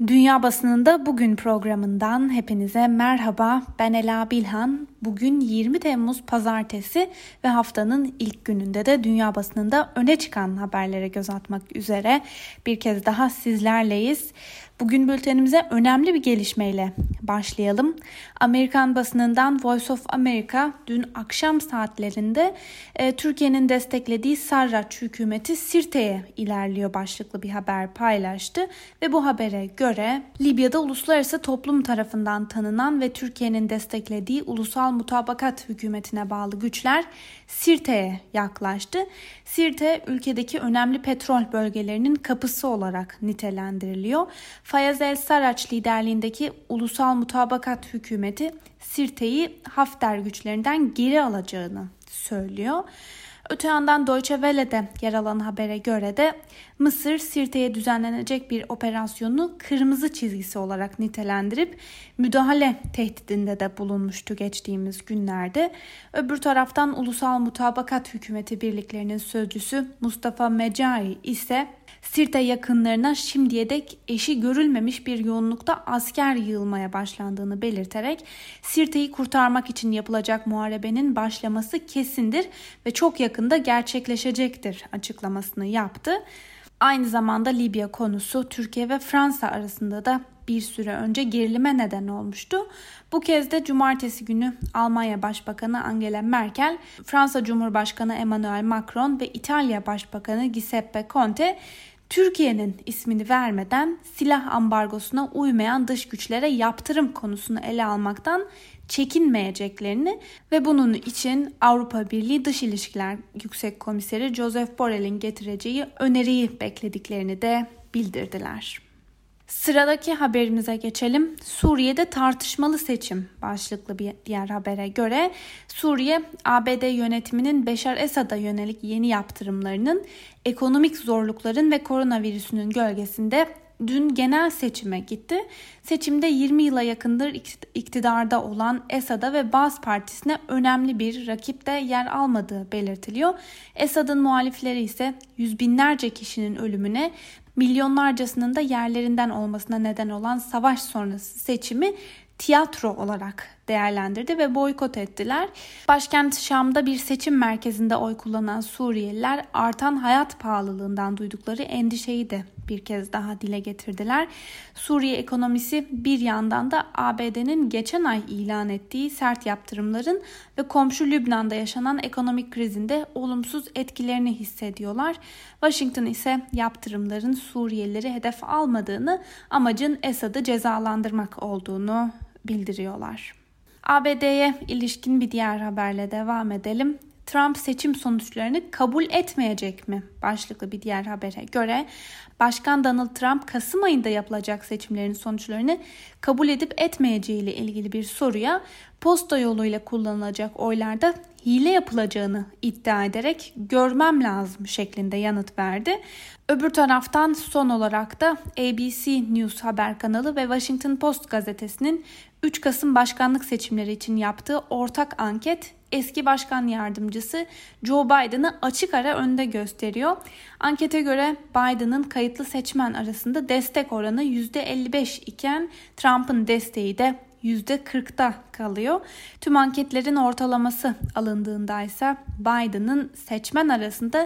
Dünya Basınında Bugün programından hepinize merhaba. Ben Ela Bilhan. Bugün 20 Temmuz Pazartesi ve haftanın ilk gününde de dünya basınında öne çıkan haberlere göz atmak üzere bir kez daha sizlerleyiz. Bugün bültenimize önemli bir gelişmeyle başlayalım. Amerikan basınından Voice of America dün akşam saatlerinde Türkiye'nin desteklediği Sarraç hükümeti Sirte'ye ilerliyor başlıklı bir haber paylaştı ve bu habere göre Libya'da uluslararası toplum tarafından tanınan ve Türkiye'nin desteklediği Ulusal Mutabakat hükümetine bağlı güçler Sirte'ye yaklaştı. Sirte ülkedeki önemli petrol bölgelerinin kapısı olarak nitelendiriliyor. Fayez el-Sarraç liderliğindeki Ulusal Mutabakat hükümeti Sirte'yi Hafter güçlerinden geri alacağını söylüyor. Öte yandan Deutsche Welle'de yer alan habere göre de Mısır Sirte'ye düzenlenecek bir operasyonu kırmızı çizgisi olarak nitelendirip müdahale tehdidinde de bulunmuştu geçtiğimiz günlerde. Öbür taraftan Ulusal Mutabakat Hükümeti birliklerinin sözcüsü Mustafa Mecai ise Sirte yakınlarına şimdiye dek eşi görülmemiş bir yoğunlukta asker yığılmaya başlandığını belirterek Sirte'yi kurtarmak için yapılacak muharebenin başlaması kesindir ve çok yakında gerçekleşecektir açıklamasını yaptı. Aynı zamanda Libya konusu Türkiye ve Fransa arasında da bir süre önce gerilime neden olmuştu. Bu kez de cumartesi günü Almanya Başbakanı Angela Merkel, Fransa Cumhurbaşkanı Emmanuel Macron ve İtalya Başbakanı Giuseppe Conte Türkiye'nin ismini vermeden silah ambargosuna uymayan dış güçlere yaptırım konusunu ele almaktan çekinmeyeceklerini ve bunun için Avrupa Birliği Dış İlişkiler Yüksek Komiseri Josep Borrell'in getireceği öneriyi beklediklerini de bildirdiler. Sıradaki haberimize geçelim. Suriye'de tartışmalı seçim başlıklı bir diğer habere göre Suriye, ABD yönetiminin Beşar Esad'a yönelik yeni yaptırımlarının, ekonomik zorlukların ve koronavirüsünün gölgesinde dün genel seçime gitti. Seçimde 20 yıla yakındır iktidarda olan Esad'a ve Baas Partisi'ne önemli bir rakip de yer almadığı belirtiliyor. Esad'ın muhalifleri ise yüz binlerce kişinin ölümüne, milyonlarcasının da yerlerinden olmasına neden olan savaş sonrası seçimi tiyatro olarak değerlendirdi ve boykot ettiler. Başkent Şam'da bir seçim merkezinde oy kullanan Suriyeliler artan hayat pahalılığından duydukları endişeyi de bir kez daha dile getirdiler. Suriye ekonomisi bir yandan da ABD'nin geçen ay ilan ettiği sert yaptırımların ve komşu Lübnan'da yaşanan ekonomik krizinde olumsuz etkilerini hissediyorlar. Washington ise yaptırımların Suriyelileri hedef almadığını, amacın Esad'ı cezalandırmak olduğunu bildiriyorlar. ABD'ye ilişkin bir diğer haberle devam edelim. Trump seçim sonuçlarını kabul etmeyecek mi? Başlıklı bir diğer habere göre Başkan Donald Trump Kasım ayında yapılacak seçimlerin sonuçlarını kabul edip etmeyeceği ile ilgili bir soruya posta yoluyla kullanılacak oylarda hile yapılacağını iddia ederek görmem lazım şeklinde yanıt verdi. Öbür taraftan son olarak da ABC News haber kanalı ve Washington Post gazetesinin 3 Kasım başkanlık seçimleri için yaptığı ortak anket eski başkan yardımcısı Joe Biden'ı açık ara önde gösteriyor. Ankete göre Biden'ın kayıtlı seçmen arasında destek oranı %55 iken Trump'ın desteği de %40'da kalıyor. Tüm anketlerin ortalaması alındığında ise Biden'ın seçmen arasında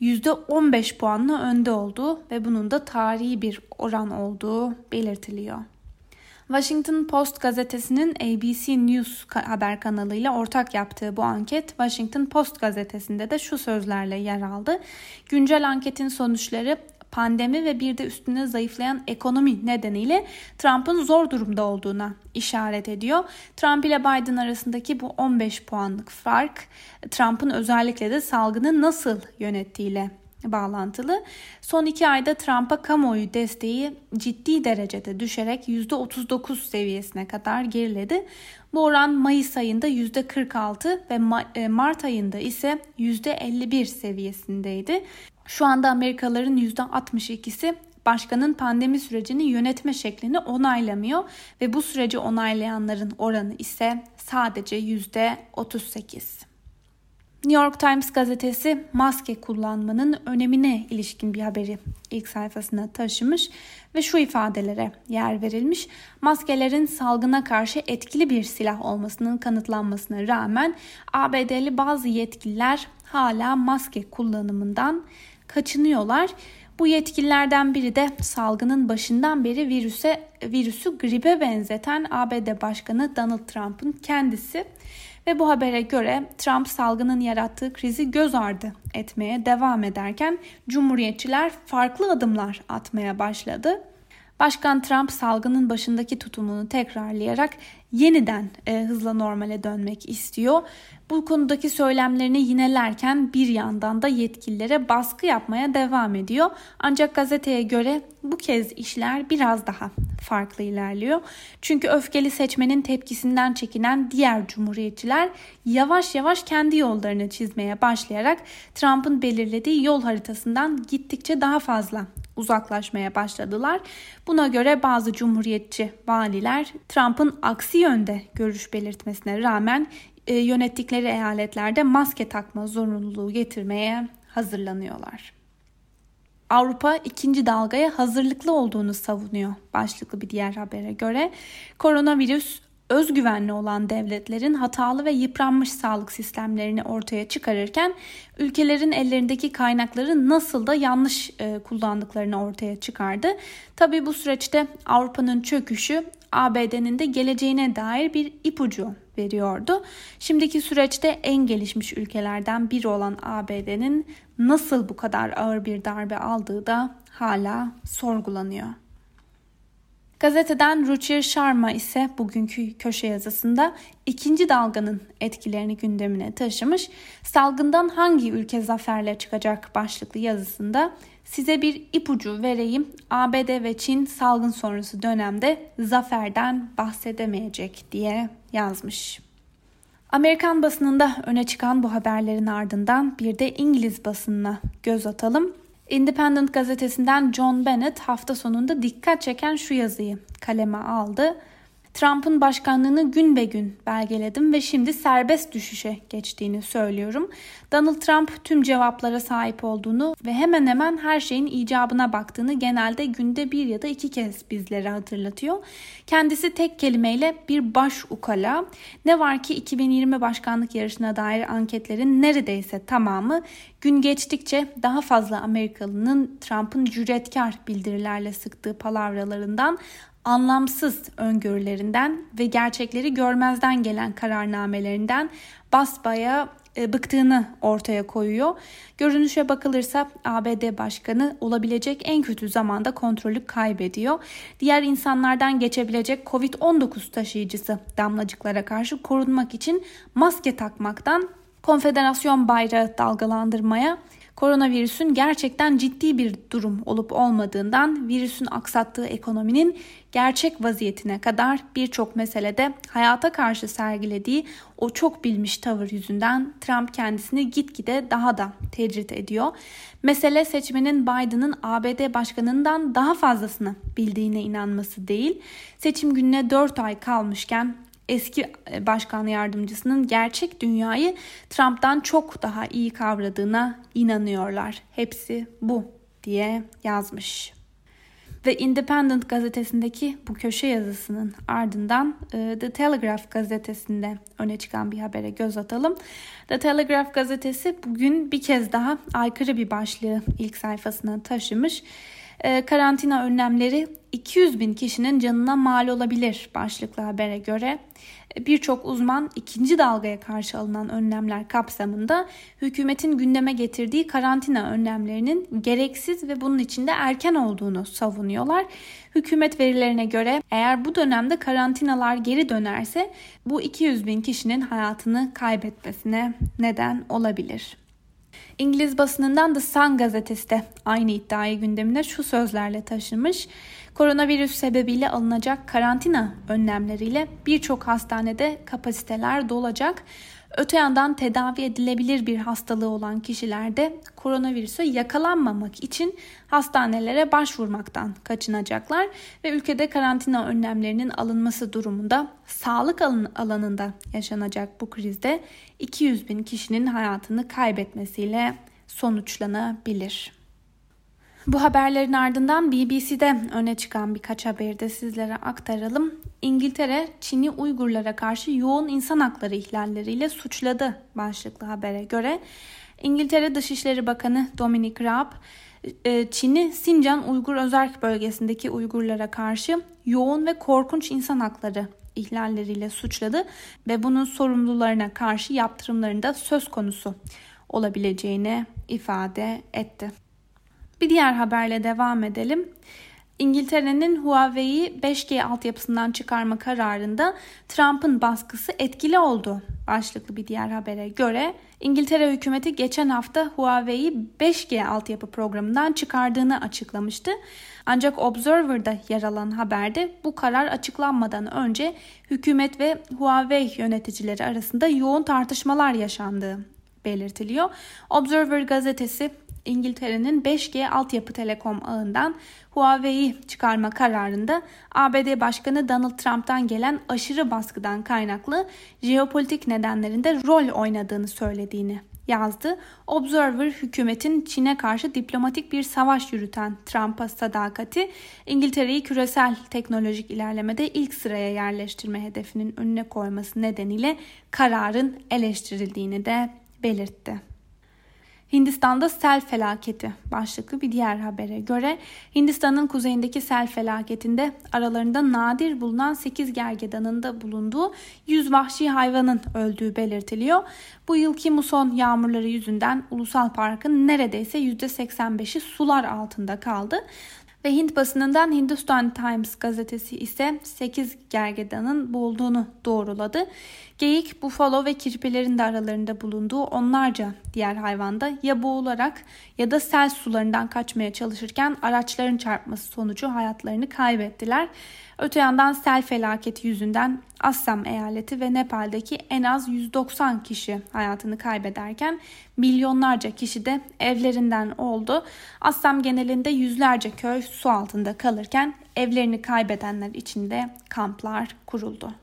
%15 puanla önde olduğu ve bunun da tarihi bir oran olduğu belirtiliyor. Washington Post gazetesinin ABC News haber kanalıyla ortak yaptığı bu anket Washington Post gazetesinde de şu sözlerle yer aldı. Güncel anketin sonuçları pandemi ve bir de üstüne zayıflayan ekonomi nedeniyle Trump'ın zor durumda olduğuna işaret ediyor. Trump ile Biden arasındaki bu 15 puanlık fark Trump'ın özellikle de salgını nasıl yönettiğiyle bağlantılı. Son 2 ayda Trump'a kamuoyu desteği ciddi derecede düşerek %39 seviyesine kadar geriledi. Bu oran Mayıs ayında %46 ve Mart ayında ise %51 seviyesindeydi. Şu anda Amerikalıların %62'si başkanın pandemi sürecini yönetme şeklini onaylamıyor ve bu süreci onaylayanların oranı ise sadece %38. New York Times gazetesi maske kullanmanın önemine ilişkin bir haberi ilk sayfasına taşımış ve şu ifadelere yer verilmiş. Maskelerin salgına karşı etkili bir silah olmasının kanıtlanmasına rağmen ABD'li bazı yetkililer hala maske kullanımından kaçınıyorlar. Bu yetkililerden biri de salgının başından beri virüsü gribe benzeten ABD Başkanı Donald Trump'ın kendisi. Ve bu habere göre Trump salgının yarattığı krizi göz ardı etmeye devam ederken Cumhuriyetçiler farklı adımlar atmaya başladı. Başkan Trump salgının başındaki tutumunu tekrarlayarak yeniden hızla normale dönmek istiyor. Bu konudaki söylemlerini yinelerken bir yandan da yetkililere baskı yapmaya devam ediyor. Ancak gazeteye göre bu kez işler biraz daha farklı ilerliyor. Çünkü öfkeli seçmenin tepkisinden çekinen diğer cumhuriyetçiler yavaş yavaş kendi yollarını çizmeye başlayarak Trump'ın belirlediği yol haritasından gittikçe daha fazla uzaklaşmaya başladılar. Buna göre bazı cumhuriyetçi valiler Trump'ın aksi yönde görüş belirtmesine rağmen yönettikleri eyaletlerde maske takma zorunluluğu getirmeye hazırlanıyorlar. Avrupa ikinci dalgaya hazırlıklı olduğunu savunuyor başlıklı bir diğer habere göre. Koronavirüs özgüvenli olan devletlerin hatalı ve yıpranmış sağlık sistemlerini ortaya çıkarırken ülkelerin ellerindeki kaynakları nasıl da yanlış kullandıklarını ortaya çıkardı. Tabii bu süreçte Avrupa'nın çöküşü ABD'nin de geleceğine dair bir ipucu veriyordu. Şimdiki süreçte en gelişmiş ülkelerden biri olan ABD'nin nasıl bu kadar ağır bir darbe aldığı da hala sorgulanıyor. Gazeteden Ruchir Sharma ise bugünkü köşe yazısında ikinci dalganın etkilerini gündemine taşımış. Salgından hangi ülke zaferle çıkacak başlıklı yazısında size bir ipucu vereyim. ABD ve Çin salgın sonrası dönemde zaferden bahsedemeyecek diye yazmış. Amerikan basınında öne çıkan bu haberlerin ardından bir de İngiliz basınına göz atalım. Independent gazetesinden John Bennett hafta sonunda dikkat çeken şu yazıyı kaleme aldı. Trump'ın başkanlığını gün be gün belgeledim ve şimdi serbest düşüşe geçtiğini söylüyorum. Donald Trump tüm cevaplara sahip olduğunu ve hemen hemen her şeyin icabına baktığını genelde günde bir ya da iki kez bizlere hatırlatıyor. Kendisi tek kelimeyle bir baş ukala. Ne var ki 2020 başkanlık yarışına dair anketlerin neredeyse tamamı gün geçtikçe daha fazla Amerikalının Trump'ın cüretkar bildirilerle sıktığı palavralarından, anlamsız öngörülerinden ve gerçekleri görmezden gelen kararnamelerinden basbayağı bıktığını ortaya koyuyor. Görünüşe bakılırsa ABD Başkanı olabilecek en kötü zamanda kontrolü kaybediyor. Diğer insanlardan geçebilecek Covid-19 taşıyıcısı damlacıklara karşı korunmak için maske takmaktan konfederasyon bayrağı dalgalandırmaya, koronavirüsün gerçekten ciddi bir durum olup olmadığından virüsün aksattığı ekonominin gerçek vaziyetine kadar birçok meselede hayata karşı sergilediği o çok bilmiş tavır yüzünden Trump kendisini gitgide daha da tecrit ediyor. Mesele seçmenin Biden'ın ABD başkanından daha fazlasını bildiğine inanması değil, seçim gününe 4 ay kalmışken eski başkan yardımcısının gerçek dünyayı Trump'tan çok daha iyi kavradığına inanıyorlar. Hepsi bu diye yazmış. The Independent gazetesindeki bu köşe yazısının ardından The Telegraph gazetesinde öne çıkan bir habere göz atalım. The Telegraph gazetesi bugün bir kez daha aykırı bir başlığı ilk sayfasına taşımış. Karantina önlemleri 200 bin kişinin canına mal olabilir başlıklı habere göre. Birçok uzman ikinci dalgaya karşı alınan önlemler kapsamında hükümetin gündeme getirdiği karantina önlemlerinin gereksiz ve bunun içinde erken olduğunu savunuyorlar. Hükümet verilerine göre eğer bu dönemde karantinalar geri dönerse bu 200 bin kişinin hayatını kaybetmesine neden olabilir. İngiliz basınından The Sun gazetesi de aynı iddiayı gündemine şu sözlerle taşımış. Koronavirüs sebebiyle alınacak karantina önlemleriyle birçok hastanede kapasiteler dolacak. Öte yandan tedavi edilebilir bir hastalığı olan kişilerde koronavirüse yakalanmamak için hastanelere başvurmaktan kaçınacaklar ve ülkede karantina önlemlerinin alınması durumunda sağlık alanında yaşanacak bu krizde 200 bin kişinin hayatını kaybetmesiyle sonuçlanabilir. Bu haberlerin ardından BBC'de öne çıkan birkaç haberi de sizlere aktaralım. İngiltere, Çin'i Uygurlara karşı yoğun insan hakları ihlalleriyle suçladı başlıklı habere göre. İngiltere Dışişleri Bakanı Dominic Raab, Çin'i Sincan Uygur Özerk Bölgesi'ndeki Uygurlara karşı yoğun ve korkunç insan hakları ihlalleriyle suçladı ve bunun sorumlularına karşı yaptırımların da söz konusu olabileceğini ifade etti. Bir diğer haberle devam edelim. İngiltere'nin Huawei'yi 5G altyapısından çıkarma kararında Trump'ın baskısı etkili oldu başlıklı bir diğer habere göre İngiltere hükümeti geçen hafta Huawei'yi 5G altyapı programından çıkardığını açıklamıştı. Ancak Observer'da yer alan haberde bu karar açıklanmadan önce hükümet ve Huawei yöneticileri arasında yoğun tartışmalar yaşandığı belirtiliyor. Observer gazetesi İngiltere'nin 5G altyapı telekom ağından Huawei'yi çıkarma kararında ABD Başkanı Donald Trump'tan gelen aşırı baskıdan kaynaklı jeopolitik nedenlerinde rol oynadığını söylediğini yazdı. Observer, hükümetin Çin'e karşı diplomatik bir savaş yürüten Trump'a sadakati, İngiltere'yi küresel teknolojik ilerlemede ilk sıraya yerleştirme hedefinin önüne koyması nedeniyle kararın eleştirildiğini de belirtti. Hindistan'da sel felaketi başlıklı bir diğer habere göre Hindistan'ın kuzeyindeki sel felaketinde aralarında nadir bulunan 8 gergedanın da bulunduğu 100 vahşi hayvanın öldüğü belirtiliyor. Bu yılki muson yağmurları yüzünden ulusal parkın neredeyse %85'i sular altında kaldı. Ve Hint basınından Hindustan Times gazetesi ise 8 gergedanın boğulduğunu doğruladı. Geyik, bufalo ve kirpilerin de aralarında bulunduğu onlarca diğer hayvanda ya boğularak ya da sel sularından kaçmaya çalışırken araçların çarpması sonucu hayatlarını kaybettiler. Öte yandan sel felaketi yüzünden Assam eyaleti ve Nepal'deki en az 190 kişi hayatını kaybederken milyonlarca kişi de evlerinden oldu. Assam genelinde yüzlerce köy su altında kalırken evlerini kaybedenler için de kamplar kuruldu.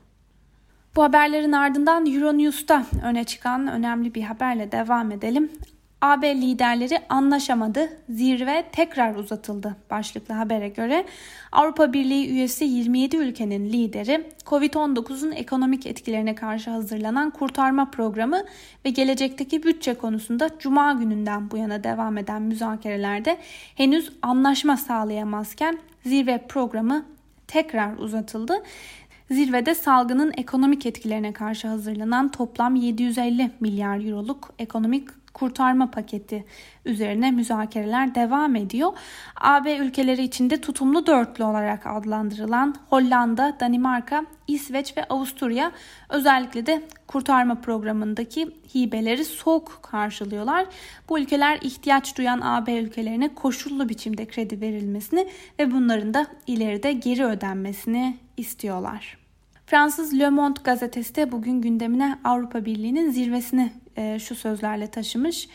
Bu haberlerin ardından Euronews'ta öne çıkan önemli bir haberle devam edelim. AB liderleri anlaşamadı, zirve tekrar uzatıldı başlıklı habere göre Avrupa Birliği üyesi 27 ülkenin lideri Covid-19'un ekonomik etkilerine karşı hazırlanan kurtarma programı ve gelecekteki bütçe konusunda Cuma gününden bu yana devam eden müzakerelerde henüz anlaşma sağlayamazken zirve programı tekrar uzatıldı. Zirvede salgının ekonomik etkilerine karşı hazırlanan toplam 750 milyar euroluk ekonomik kurtarma paketi üzerine müzakereler devam ediyor. AB ülkeleri içinde tutumlu dörtlü olarak adlandırılan Hollanda, Danimarka, İsveç ve Avusturya özellikle de kurtarma programındaki hibeleri soğuk karşılıyorlar. Bu ülkeler ihtiyaç duyan AB ülkelerine koşullu biçimde kredi verilmesini ve bunların da ileride geri ödenmesini istiyorlar. Fransız Le Monde gazetesi de bugün gündemine Avrupa Birliği'nin zirvesini şu sözlerle taşımış.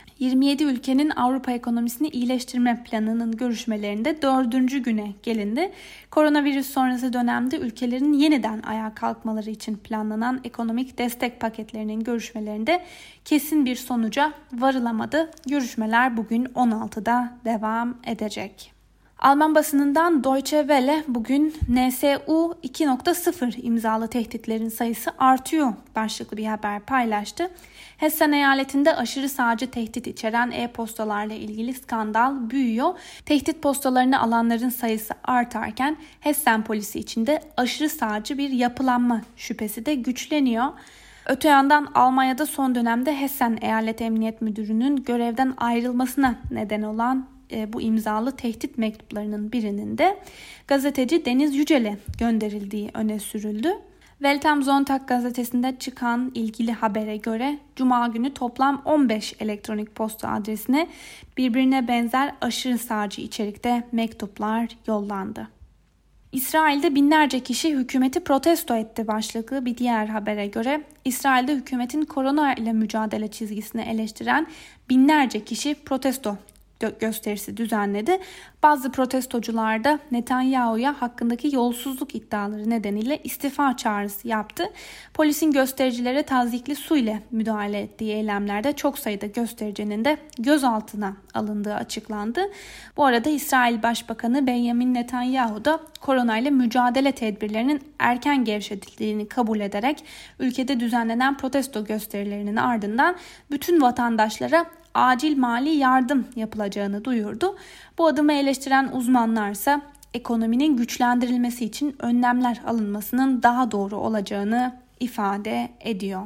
27 ülkenin Avrupa ekonomisini iyileştirme planının görüşmelerinde 4. güne gelindi. Koronavirüs sonrası dönemde ülkelerin yeniden ayağa kalkmaları için planlanan ekonomik destek paketlerinin görüşmelerinde kesin bir sonuca varılamadı. Görüşmeler bugün 16'da devam edecek. Alman basınından Deutsche Welle bugün NSU 2.0 imzalı tehditlerin sayısı artıyor başlıklı bir haber paylaştı. Hessen eyaletinde aşırı sağcı tehdit içeren e-postalarla ilgili skandal büyüyor. Tehdit postalarını alanların sayısı artarken Hessen polisi içinde aşırı sağcı bir yapılanma şüphesi de güçleniyor. Öte yandan Almanya'da son dönemde Hessen Eyalet Emniyet Müdürü'nün görevden ayrılmasına neden olan bu imzalı tehdit mektuplarının birinin de gazeteci Deniz Yücel'e gönderildiği öne sürüldü. Welt am Sonntag gazetesinde çıkan ilgili habere göre Cuma günü toplam 15 elektronik posta adresine birbirine benzer aşırı sağcı içerikte mektuplar yollandı. İsrail'de binlerce kişi hükümeti protesto etti başlıklı bir diğer habere göre İsrail'de hükümetin korona ile mücadele çizgisini eleştiren binlerce kişi protesto gösterisi düzenledi. Bazı protestocular da Netanyahu'ya hakkındaki yolsuzluk iddiaları nedeniyle istifa çağrısı yaptı. Polisin göstericilere tazyikli su ile müdahale ettiği eylemlerde çok sayıda göstericinin de gözaltına alındığı açıklandı. Bu arada İsrail Başbakanı Benjamin Netanyahu da koronayla mücadele tedbirlerinin erken gevşetildiğini kabul ederek ülkede düzenlenen protesto gösterilerinin ardından bütün vatandaşlara acil mali yardım yapılacağını duyurdu. Bu adımı eleştiren uzmanlarsa ekonominin güçlendirilmesi için önlemler alınmasının daha doğru olacağını ifade ediyor.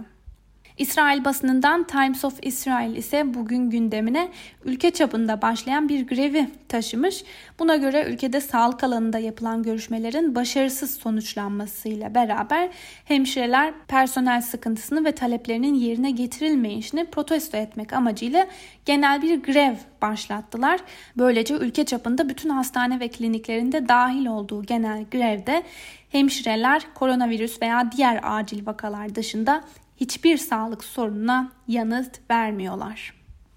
İsrail basınından Times of Israel ise bugün gündemine ülke çapında başlayan bir grevi taşımış. Buna göre ülkede sağlık alanında yapılan görüşmelerin başarısız sonuçlanmasıyla beraber hemşireler personel sıkıntısını ve taleplerinin yerine getirilmeyişini protesto etmek amacıyla genel bir grev başlattılar. Böylece ülke çapında bütün hastane ve kliniklerinde dahil olduğu genel grevde hemşireler koronavirüs veya diğer acil vakalar dışında hiçbir sağlık sorununa yanıt vermiyorlar.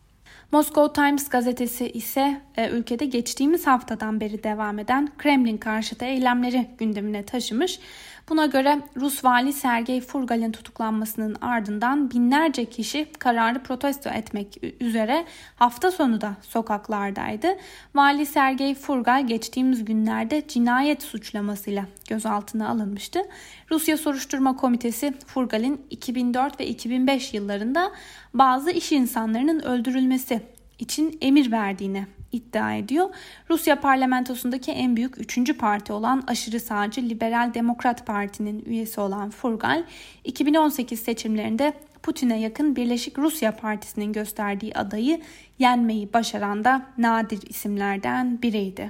Moscow Times gazetesi ise ülkede geçtiğimiz haftadan beri devam eden Kremlin karşıtı eylemleri gündemine taşımış. Buna göre Rus vali Sergey Furgal'in tutuklanmasının ardından binlerce kişi kararı protesto etmek üzere hafta sonu da sokaklardaydı. Vali Sergey Furgal geçtiğimiz günlerde cinayet suçlamasıyla gözaltına alınmıştı. Rusya Soruşturma Komitesi Furgal'in 2004 ve 2005 yıllarında bazı iş insanlarının öldürülmesi için emir verdiğini iddia ediyor. Rusya parlamentosundaki en büyük 3. parti olan aşırı sağcı Liberal Demokrat Parti'nin üyesi olan Furgal, 2018 seçimlerinde Putin'e yakın Birleşik Rusya Partisi'nin gösterdiği adayı yenmeyi başaran da nadir isimlerden biriydi.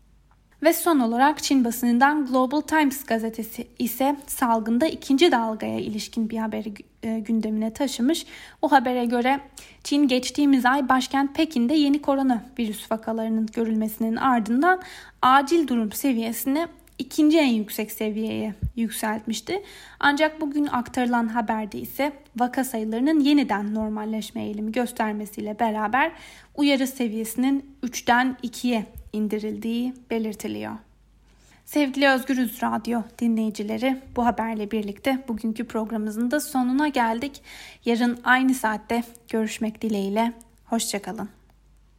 Ve son olarak Çin basınından Global Times gazetesi ise salgında ikinci dalgaya ilişkin bir haberi gündemine taşımış. O habere göre Çin geçtiğimiz ay başkent Pekin'de yeni koronavirüs vakalarının görülmesinin ardından acil durum seviyesini ikinci en yüksek seviyeye yükseltmişti. Ancak bugün aktarılan haberde ise vaka sayılarının yeniden normalleşme eğilimi göstermesiyle beraber uyarı seviyesinin 3'ten 2'ye indirildiği belirtiliyor. Sevgili Özgürüz Radyo dinleyicileri, bu haberle birlikte bugünkü programımızın da sonuna geldik. Yarın aynı saatte görüşmek dileğiyle. Hoşça kalın.